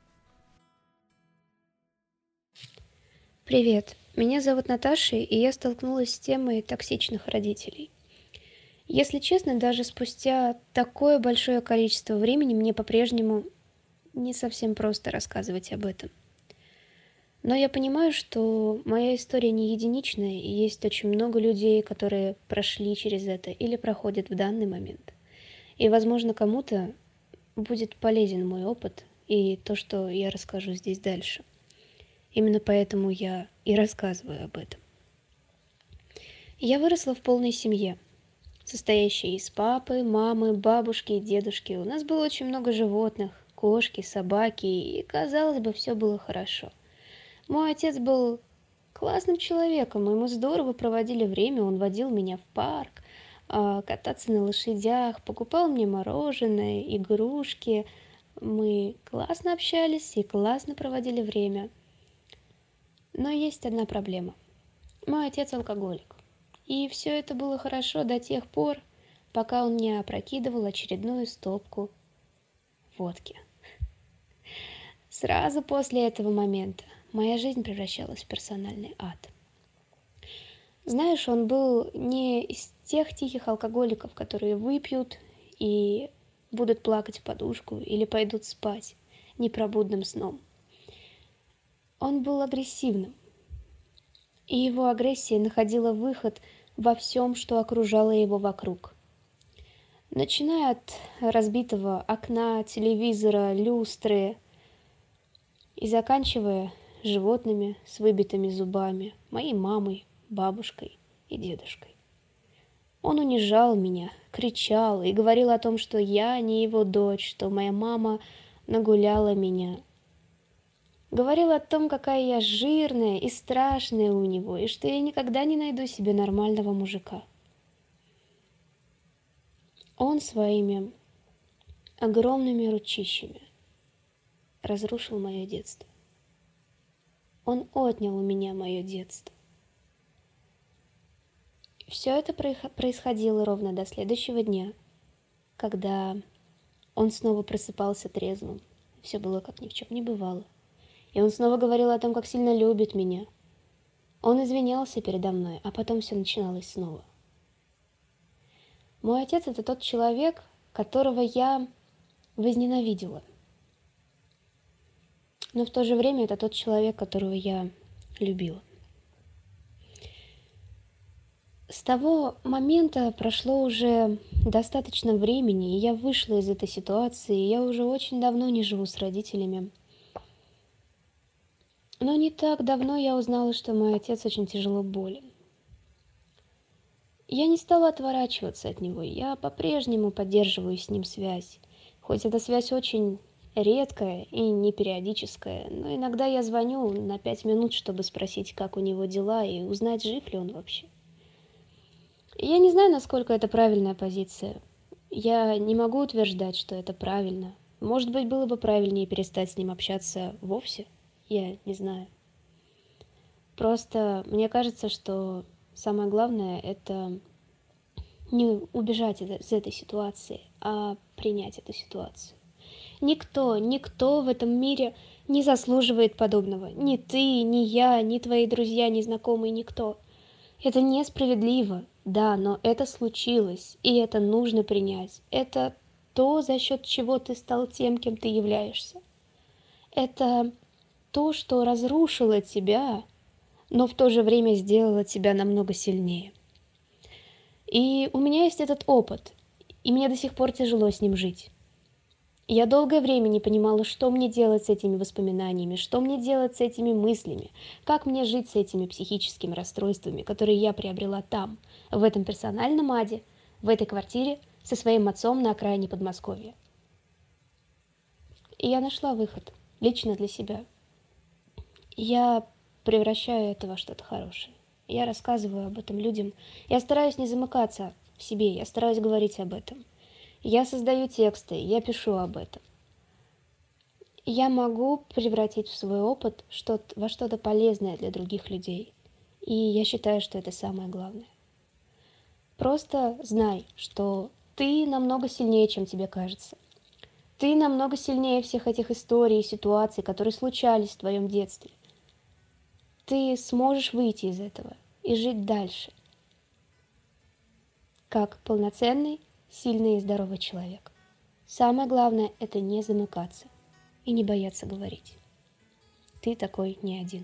Привет, меня зовут Наташа, и я столкнулась с темой токсичных родителей. Если честно, даже спустя такое большое количество времени мне по-прежнему не совсем просто рассказывать об этом. Но я понимаю, что моя история не единичная, и есть очень много людей, которые прошли через это или проходят в данный момент. И, возможно, кому-то будет полезен мой опыт и то, что я расскажу здесь дальше. Именно поэтому я и рассказываю об этом. Я выросла в полной семье, состоящей из папы, мамы, бабушки и дедушки. У нас было очень много животных, кошки, собаки, и, казалось бы, все было хорошо. Мой отец был классным человеком, и мы здорово проводили время. Он водил меня в парк, кататься на лошадях, покупал мне мороженое, игрушки. Мы классно общались и классно проводили время. Но есть одна проблема. Мой отец алкоголик. И все это было хорошо до тех пор, пока он не опрокидывал очередную стопку водки. Сразу после этого момента моя жизнь превращалась в персональный ад. Знаешь, он был не из тех тихих алкоголиков, которые выпьют и будут плакать в подушку или пойдут спать непробудным сном. Он был агрессивным, и его агрессия находила выход во всем, что окружало его вокруг. Начиная от разбитого окна, телевизора, люстры и заканчивая животными с выбитыми зубами, моей мамой, бабушкой и дедушкой. Он унижал меня, кричал и говорил о том, что я не его дочь, что моя мама нагуляла меня. Говорил о том, какая я жирная и страшная у него, и что я никогда не найду себе нормального мужика. Он своими огромными ручищами разрушил мое детство. Он отнял у меня мое детство. Все это происходило ровно до следующего дня, когда он снова просыпался трезвым. Все было как ни в чем не бывало. И он снова говорил о том, как сильно любит меня. Он извинялся передо мной, а потом все начиналось снова. Мой отец — это тот человек, которого я возненавидела. Но в то же время это тот человек, которого я любила. С того момента прошло уже достаточно времени, и я вышла из этой ситуации, и я уже очень давно не живу с родителями. Но не так давно я узнала, что мой отец очень тяжело болен. Я не стала отворачиваться от него, я по-прежнему поддерживаю с ним связь. Хоть эта связь очень редкая и не периодическая, но иногда я звоню на пять минут, чтобы спросить, как у него дела, и узнать, жив ли он вообще. Я не знаю, насколько это правильная позиция. Я не могу утверждать, что это правильно. Может быть, было бы правильнее перестать с ним общаться вовсе? Я не знаю. Просто мне кажется, что самое главное — это не убежать из этой ситуации, а принять эту ситуацию. Никто, никто в этом мире не заслуживает подобного. Ни ты, ни я, ни твои друзья, ни знакомые, никто. Это несправедливо, да, но это случилось, и это нужно принять. Это то, за счет чего ты стал тем, кем ты являешься. Это то, что разрушило тебя, но в то же время сделало тебя намного сильнее. И у меня есть этот опыт, и мне до сих пор тяжело с ним жить. Я долгое время не понимала, что мне делать с этими воспоминаниями, что мне делать с этими мыслями, как мне жить с этими психическими расстройствами, которые я приобрела там, в этом персональном аде, в этой квартире со своим отцом на окраине Подмосковья. И я нашла выход, лично для себя. Я превращаю это во что-то хорошее. Я рассказываю об этом людям. Я стараюсь не замыкаться в себе, я стараюсь говорить об этом. Я создаю тексты, я пишу об этом. Я могу превратить в свой опыт что-то, во что-то полезное для других людей. И я считаю, что это самое главное. Просто знай, что ты намного сильнее, чем тебе кажется. Ты намного сильнее всех этих историй и ситуаций, которые случались в твоем детстве. Ты сможешь выйти из этого и жить дальше, как полноценный, сильный и здоровый человек. Самое главное — это не замыкаться и не бояться говорить. Ты такой не один.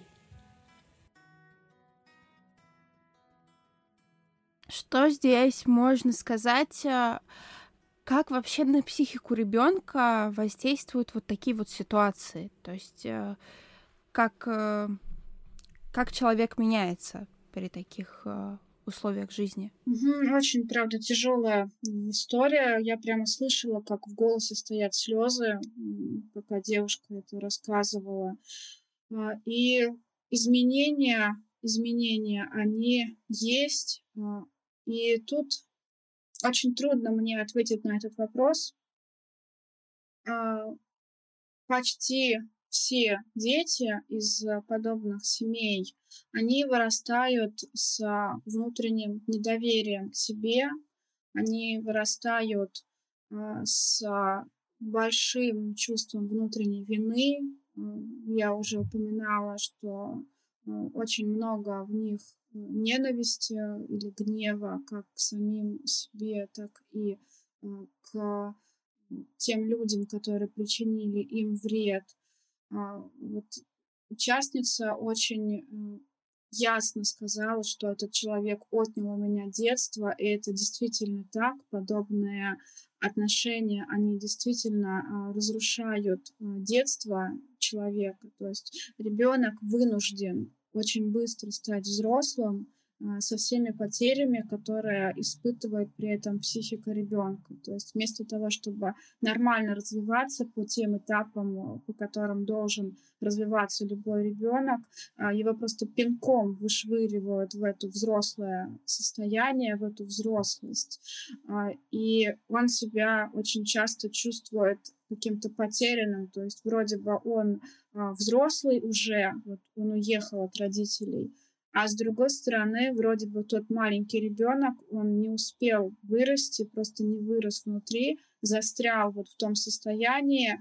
Что здесь можно сказать, а, как вообще на психику ребенка воздействуют вот такие вот ситуации? То есть а, как, а, как человек меняется при таких а, условиях жизни? Мгм. Очень, правда, тяжелая м, история. Я прямо слышала, как в голосе стоят слезы, м, пока девушка это рассказывала. А, И изменения, изменения, они есть. А, И тут очень трудно мне ответить на этот вопрос. А, Почти все дети из а, подобных семей, они вырастают с а, внутренним недоверием к себе, они вырастают а, с а, большим чувством внутренней вины. М, Я уже упоминала, что э, очень много в них э, ненависти или гнева как к самим себе, так и э, к тем людям, которые причинили им вред. А, Вот участница очень э, ясно сказала, что этот человек отнял у меня детство, и это действительно так. Подобные отношения, они действительно а, разрушают а, детство человека. То есть ребенок вынужден очень быстро стать взрослым, со всеми потерями, которые испытывает при этом психика ребенка. То есть вместо того, чтобы нормально развиваться по тем этапам, по которым должен развиваться любой ребенок, его просто пинком вышвыривают в это взрослое состояние, в эту взрослость. И он себя очень часто чувствует каким-то потерянным, то есть вроде бы он взрослый уже, вот он уехал от родителей, а с другой стороны, вроде бы тот маленький ребенок, он не успел вырасти, просто не вырос внутри, застрял вот в том состоянии,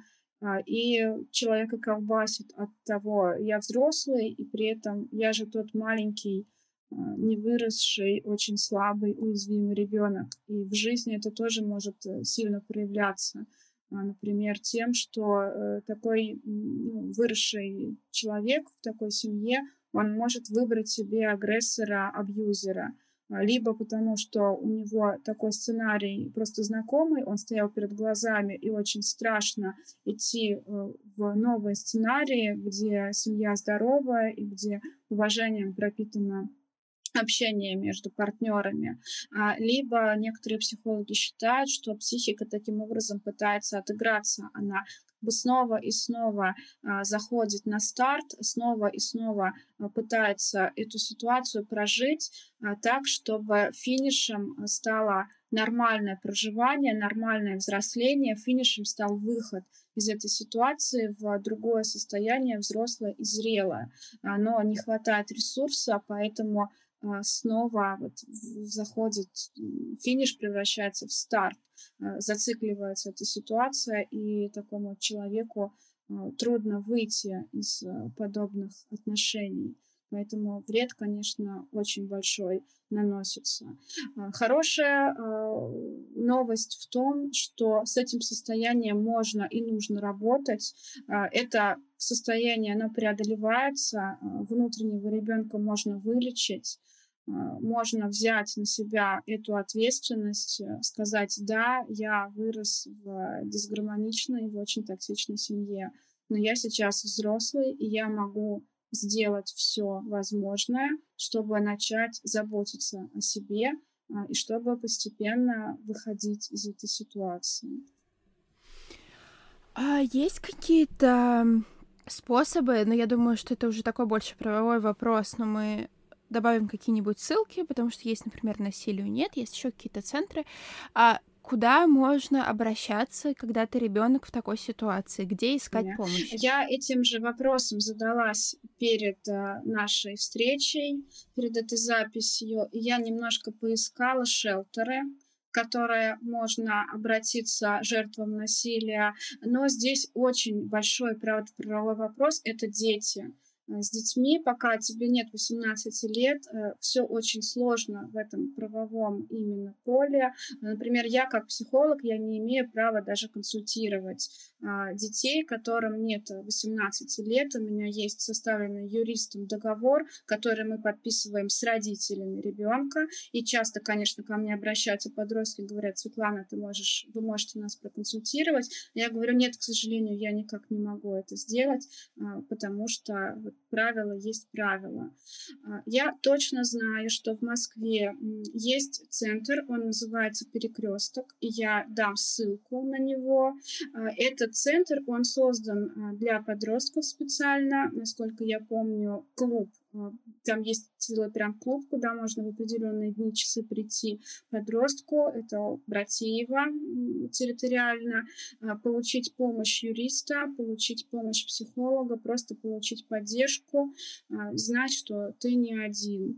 и человека колбасит от того, я взрослый, и при этом я же тот маленький, не выросший, очень слабый, уязвимый ребенок. И в жизни это тоже может сильно проявляться. Например, тем, что такой ну, выросший человек в такой семье, он может выбрать себе агрессора-абьюзера. Либо потому, что у него такой сценарий просто знакомый, он стоял перед глазами, и очень страшно идти в новые сценарии, где семья здоровая и где уважением пропитано общение между партнерами. Либо некоторые психологи считают, что психика таким образом пытается отыграться. Она как бы снова и снова заходит на старт, снова и снова пытается эту ситуацию прожить так, чтобы финишем стало нормальное проживание, нормальное взросление, финишем стал выход из этой ситуации в другое состояние, взрослое и зрелое. Но не хватает ресурса, поэтому снова вот заходит финиш, превращается в старт, зацикливается эта ситуация, и такому человеку трудно выйти из подобных отношений. Поэтому вред, конечно, очень большой наносится. Хорошая новость в том, что с этим состоянием можно и нужно работать. Это состояние, оно преодолевается, внутреннего ребенка можно вылечить, можно взять на себя эту ответственность, сказать: да, я вырос в дисгармоничной, в очень токсичной семье, но я сейчас взрослый, и я могу сделать все возможное, чтобы начать заботиться о себе и чтобы постепенно выходить из этой ситуации. А есть какие-то способы, но я думаю, что это уже такой больше правовой вопрос, но мы добавим какие-нибудь ссылки, потому что есть, например, насилию нет, есть еще какие-то центры. А куда можно обращаться, когда ты ребенок в такой ситуации? Где искать Yeah. помощь? Я этим же вопросом задалась перед uh, нашей встречей, перед этой записью. И я немножко поискала шелтеры, в которые можно обратиться жертвам насилия. Но здесь очень большой правовой вопрос — это дети. С детьми, пока тебе нет восемнадцати лет, все очень сложно в этом правовом именно поле. Например, я как психолог, я не имею права даже консультировать детей, которым нет восемнадцати лет. У меня есть составленный юристом договор, который мы подписываем с родителями ребенка. И часто, конечно, ко мне обращаются подростки, говорят: Светлана, ты можешь, вы можете нас проконсультировать. Я говорю: нет, к сожалению, я никак не могу это сделать, потому что правило есть правило. Я точно знаю, что в Москве есть центр, он называется «Перекресток», и я дам ссылку на него. Этот центр, он создан для подростков специально, насколько я помню, клуб. Там есть целый прям клуб, куда можно в определенные дни, часы прийти подростку. Это Братеево территориально. Получить помощь юриста, получить помощь психолога, просто получить поддержку, знать, что ты не один.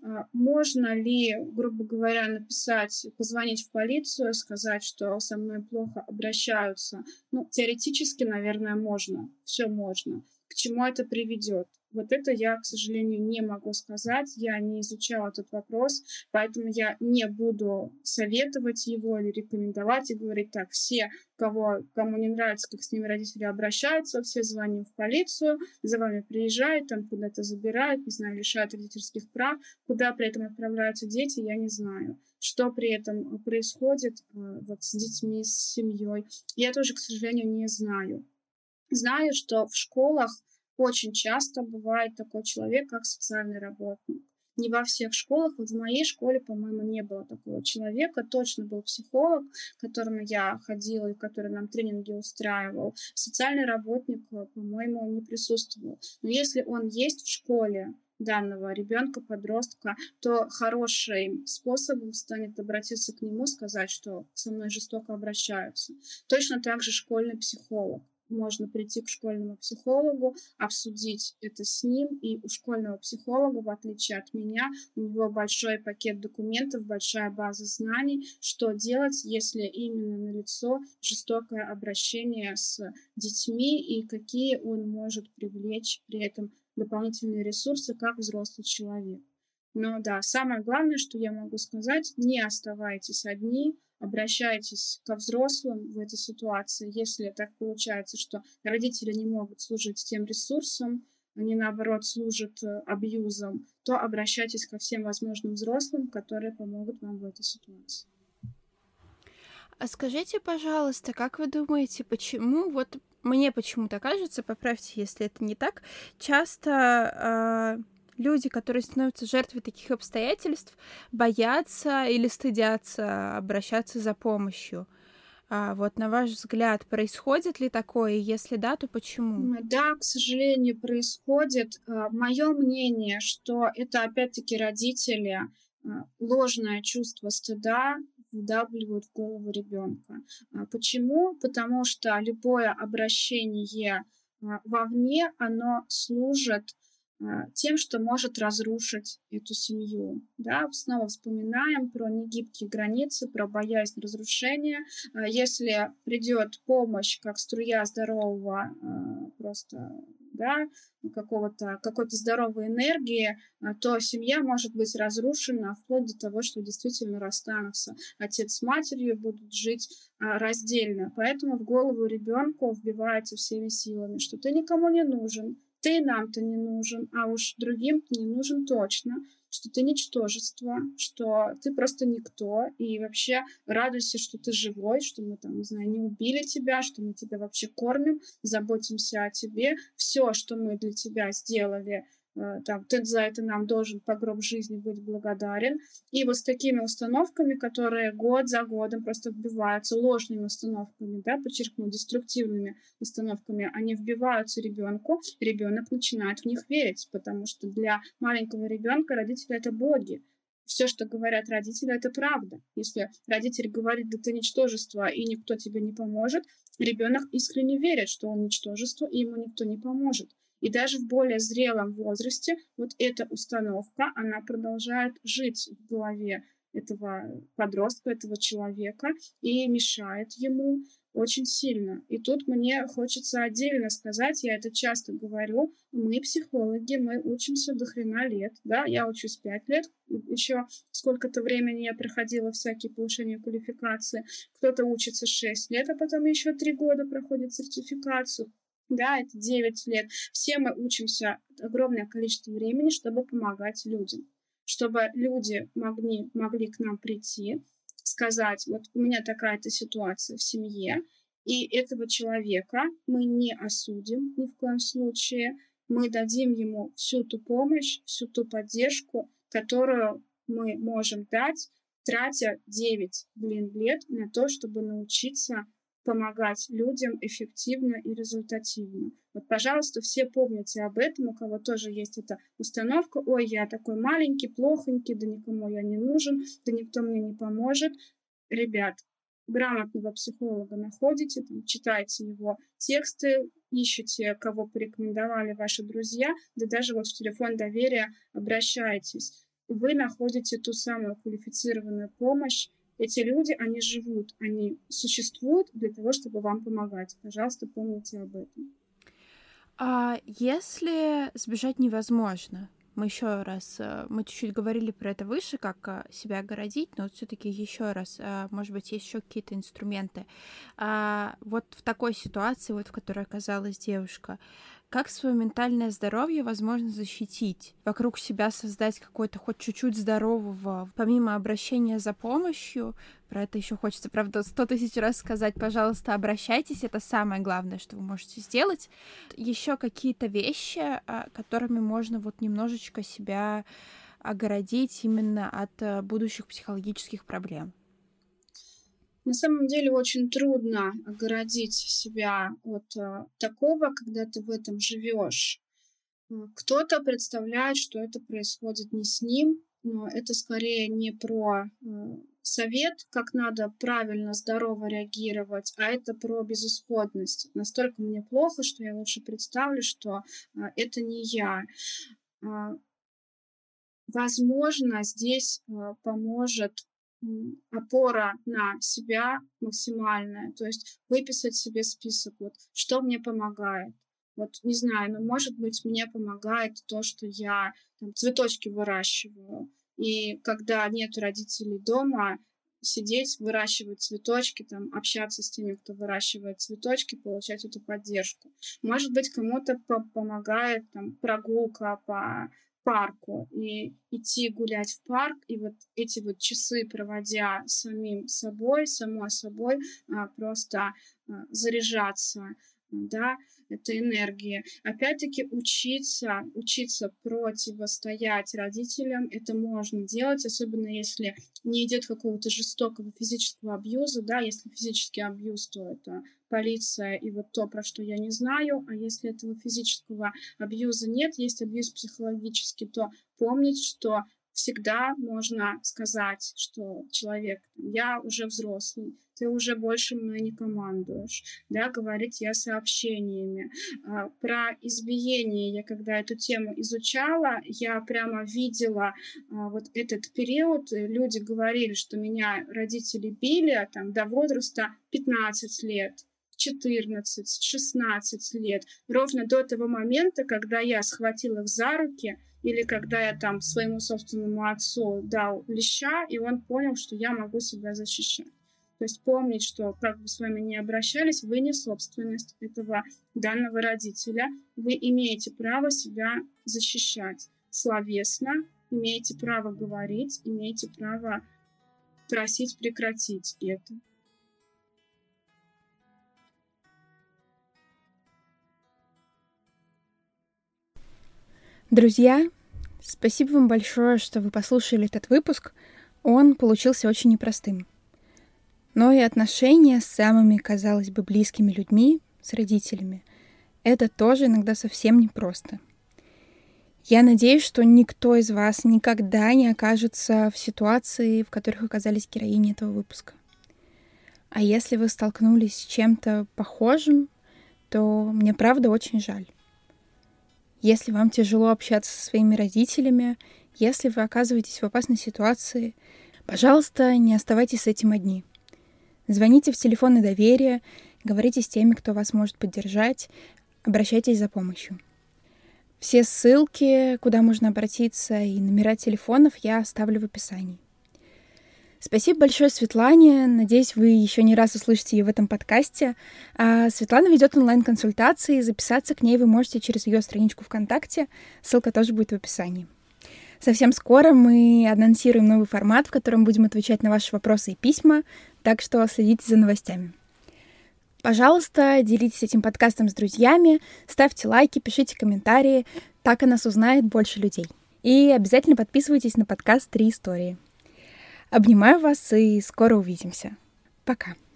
Можно ли, грубо говоря, написать, позвонить в полицию, сказать, что со мной плохо обращаются? Ну, теоретически, наверное, можно. Все можно. К чему это приведет? Вот это я, к сожалению, не могу сказать. Я не изучала этот вопрос, поэтому я не буду советовать его или рекомендовать и говорить: так, все, кого, кому не нравится, как с ними родители обращаются, все звоним в полицию, за вами приезжают, там куда-то забирают, не знаю, лишают родительских прав. Куда при этом отправляются дети, я не знаю. Что при этом происходит вот, с детьми, с семьей, я тоже, к сожалению, не знаю. Знаю, что в школах очень часто бывает такой человек, как социальный работник. не во всех школах. Вот в моей школе, по-моему, не было такого человека. Точно был психолог, к которому я ходила и который нам тренинги устраивал. Социальный работник, по-моему, не присутствовал. Но если он есть в школе данного ребенка, подростка, то хорошим способом станет обратиться к нему, сказать, что со мной жестоко обращаются. Точно так же школьный психолог. Можно прийти к школьному психологу, обсудить это с ним, и у школьного психолога, в отличие от меня, у него большой пакет документов, большая база знаний, что делать, если именно налицо жестокое обращение с детьми, и какие он может привлечь при этом дополнительные ресурсы, как взрослый человек. Но да, самое главное, что я могу сказать, не оставайтесь одни, обращайтесь ко взрослым в этой ситуации. Если так получается, что родители не могут служить тем ресурсом, они, наоборот, служат абьюзом, то обращайтесь ко всем возможным взрослым, которые помогут вам в этой ситуации. А скажите, пожалуйста, как вы думаете, почему, вот мне почему-то кажется, поправьте, если это не так, часто... Э... люди, которые становятся жертвой таких обстоятельств, боятся или стыдятся обращаться за помощью. А вот на ваш взгляд, происходит ли такое? Если да, то почему? Да, к сожалению, происходит. Мое мнение, что это опять-таки родители ложное чувство стыда вдавливают в голову ребенка. Почему? Потому что любое обращение вовне, оно служит тем, что может разрушить эту семью. Да? Снова вспоминаем про негибкие границы, про боязнь разрушения. Если придет помощь, как струя здорового просто, да, какого-то, какой-то здоровой энергии, то семья может быть разрушена вплоть до того, что действительно расстанутся. Отец с матерью будут жить раздельно. Поэтому в голову ребенку вбивается всеми силами, что ты никому не нужен, ты нам-то не нужен, а уж другим-то не нужен точно, что ты ничтожество, что ты просто никто, и вообще радуйся, что ты живой, что мы там, не знаю, не убили тебя, что мы тебя вообще кормим, заботимся о тебе. Все, что мы для тебя сделали, там, ты за это нам должен по гроб жизни быть благодарен. И вот с такими установками, которые год за годом просто вбиваются, ложными установками, да, подчеркну, деструктивными установками, они вбиваются ребенку, ребенок начинает в них верить, потому что для маленького ребенка родители — это боги. Все, что говорят родители, это правда. Если родитель говорит, да ты ничтожество, и никто тебе не поможет, ребенок искренне верит, что он ничтожество, и ему никто не поможет. И даже в более зрелом возрасте вот эта установка, она продолжает жить в голове этого подростка, этого человека и мешает ему очень сильно. И тут мне хочется отдельно сказать, я это часто говорю, мы психологи, мы учимся до хрена лет, да, я учусь пять лет, еще сколько-то времени я проходила всякие повышения квалификации, кто-то учится шесть лет, а потом еще три года проходит сертификацию. Да, это девять лет. Все мы учимся огромное количество времени, чтобы помогать людям. Чтобы люди могли, могли к нам прийти, сказать, вот у меня такая-то ситуация в семье, и этого человека мы не осудим ни в коем случае, мы дадим ему всю ту помощь, всю ту поддержку, которую мы можем дать, тратя девять, блин, лет на то, чтобы научиться помогать людям эффективно и результативно. Вот, пожалуйста, все помните об этом, у кого тоже есть эта установка, ой, я такой маленький, плохонький, да никому я не нужен, да никто мне не поможет. Ребят, грамотного психолога находите, там, читайте его тексты, ищите, кого порекомендовали ваши друзья, да даже вот в телефон доверия обращайтесь. Вы находите ту самую квалифицированную помощь. Эти люди, они живут, они существуют для того, чтобы вам помогать. Пожалуйста, помните об этом. А если сбежать невозможно? Мы еще раз, мы чуть-чуть говорили про это выше, как себя огородить, но вот все-таки еще раз, может быть, есть еще какие-то инструменты. А вот в такой ситуации, вот в которой оказалась девушка, как свое ментальное здоровье возможно защитить? Вокруг себя создать какое-то хоть чуть-чуть здорового, помимо обращения за помощью, про это еще хочется, правда, сто тысяч раз сказать, пожалуйста, обращайтесь, это самое главное, что вы можете сделать. Еще какие-то вещи, которыми можно вот немножечко себя огородить именно от будущих психологических проблем? На самом деле очень трудно огородить себя от такого, когда ты в этом живешь. Кто-то представляет, что это происходит не с ним, но это скорее не про совет, как надо правильно, здорово реагировать, а это про безысходность. Настолько мне плохо, что я лучше представлю, что это не я. Возможно, здесь поможет опора на себя максимальная, то есть выписать себе список, вот, что мне помогает. Вот, не знаю, но, может быть, мне помогает то, что я там, цветочки выращиваю. И когда нет родителей дома, сидеть, выращивать цветочки, там, общаться с теми, кто выращивает цветочки, получать эту поддержку. Может быть, кому-то по- помогает там, прогулка по парку и идти гулять в парк, и вот эти вот часы, проводя самим собой, самой собой, просто заряжаться, да, это энергия. Опять-таки учиться, учиться противостоять родителям, это можно делать, особенно если не идет какого-то жестокого физического абьюза, да, если физический абьюз, то это полиция и вот то, про что я не знаю, а если этого физического абьюза нет, есть абьюз психологический, то помнить, что всегда можно сказать, что человек, я уже взрослый, ты уже больше мной не командуешь, да, говорить я сообщениями. А, про избиение я, когда эту тему изучала, я прямо видела а, вот этот период, люди говорили, что меня родители били там до возраста пятнадцать лет, четырнадцать, шестнадцать лет, ровно до того момента, когда я схватила их за руки, или когда я там своему собственному отцу дал леща, и он понял, что я могу себя защищать. То есть помнить, что как бы с вами не обращались, вы не собственность этого данного родителя. Вы имеете право себя защищать словесно, имеете право говорить, имеете право просить прекратить это. Друзья, спасибо вам большое, что вы послушали этот выпуск. Он получился очень непростым. Но и отношения с самыми, казалось бы, близкими людьми, с родителями, это тоже иногда совсем непросто. Я надеюсь, что никто из вас никогда не окажется в ситуации, в которых оказались героини этого выпуска. А если вы столкнулись с чем-то похожим, то мне правда очень жаль. Если вам тяжело общаться со своими родителями, если вы оказываетесь в опасной ситуации, пожалуйста, не оставайтесь с этим одни. Звоните в телефоны доверия, говорите с теми, кто вас может поддержать, обращайтесь за помощью. Все ссылки, куда можно обратиться, и номера телефонов я оставлю в описании. Спасибо большое Светлане. Надеюсь, вы еще не раз услышите ее в этом подкасте. А Светлана ведет онлайн-консультации. Записаться к ней вы можете через ее страничку ВКонтакте. Ссылка тоже будет в описании. Совсем скоро мы анонсируем новый формат, в котором будем отвечать на ваши вопросы и письма, так что следите за новостями. Пожалуйста, делитесь этим подкастом с друзьями, ставьте лайки, пишите комментарии, так о нас узнает больше людей. И обязательно подписывайтесь на подкаст «Три истории». Обнимаю вас и скоро увидимся. Пока.